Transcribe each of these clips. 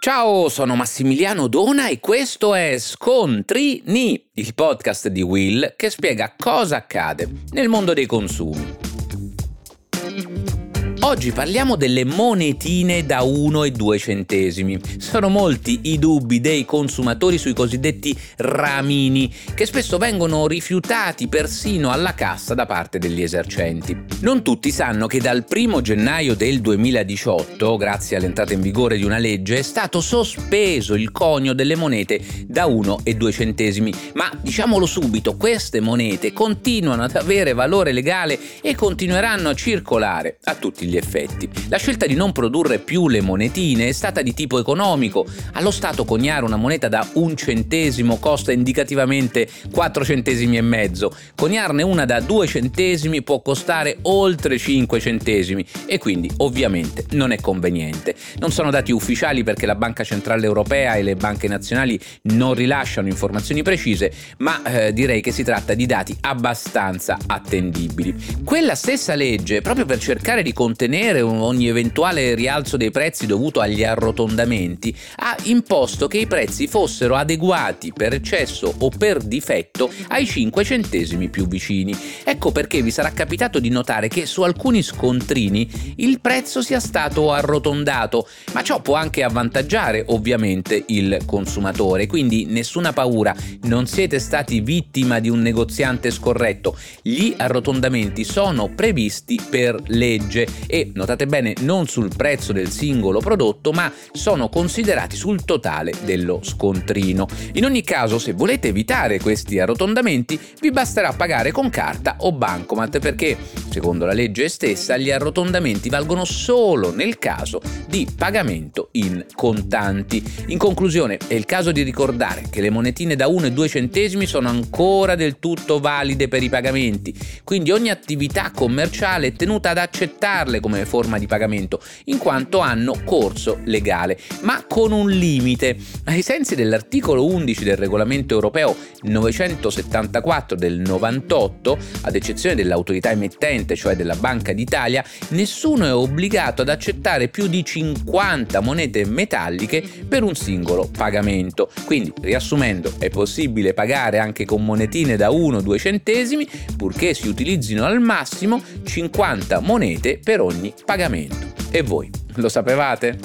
Ciao, sono Massimiliano Dona e questo è Scontrini, il podcast di Will che spiega cosa accade nel mondo dei consumi. Oggi parliamo delle monetine da 1 e 2 centesimi. Sono molti i dubbi dei consumatori sui cosiddetti ramini, che spesso vengono rifiutati persino alla cassa da parte degli esercenti. Non tutti sanno che dal 1 gennaio del 2018, grazie all'entrata in vigore di una legge, è stato sospeso il conio delle monete da 1 e 2 centesimi. Ma diciamolo subito, queste monete continuano ad avere valore legale e continueranno a circolare a tutti gli effetti. La scelta di non produrre più le monetine è stata di tipo economico. Allo Stato coniare una moneta da 1 centesimo costa indicativamente 4 centesimi e mezzo. Coniarne una da 2 centesimi può costare oltre 5 centesimi e quindi ovviamente non è conveniente. Non sono dati ufficiali perché la Banca Centrale Europea e le banche nazionali non rilasciano informazioni precise, ma direi che si tratta di dati abbastanza attendibili. Quella stessa legge, proprio per cercare di contenere ogni eventuale rialzo dei prezzi dovuto agli arrotondamenti, ha imposto che i prezzi fossero adeguati per eccesso o per difetto ai 5 centesimi più vicini. Ecco perché vi sarà capitato di notare che su alcuni scontrini il prezzo sia stato arrotondato, ma ciò può anche avvantaggiare ovviamente il consumatore, quindi nessuna paura, non siete stati vittima di un negoziante scorretto. Gli arrotondamenti sono previsti per legge e, notate bene, non sul prezzo del singolo prodotto, ma sono considerati sul totale dello scontrino. In ogni caso, se volete evitare questi arrotondamenti, vi basterà pagare con carta o bancomat perché, secondo la legge stessa, gli arrotondamenti valgono solo nel caso di pagamento in contanti. In conclusione, è il caso di ricordare che le monetine da 1 e 2 centesimi sono ancora del tutto valide per i pagamenti, quindi ogni attività commerciale è tenuta ad accettarle come forma di pagamento, in quanto hanno corso legale, ma con un limite. Ai sensi dell'articolo 11 del regolamento europeo 974 del 98, ad eccezione dell'autorità emittente, cioè della Banca d'Italia, nessuno è obbligato ad accettare più di 50 monete metalliche per un singolo pagamento. Quindi, riassumendo, è possibile pagare anche con monetine da 1-2 centesimi, purché si utilizzino al massimo 50 monete per ogni pagamento. E voi, lo sapevate?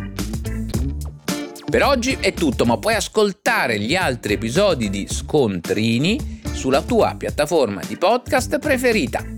Per oggi è tutto, ma puoi ascoltare gli altri episodi di Scontrini sulla tua piattaforma di podcast preferita.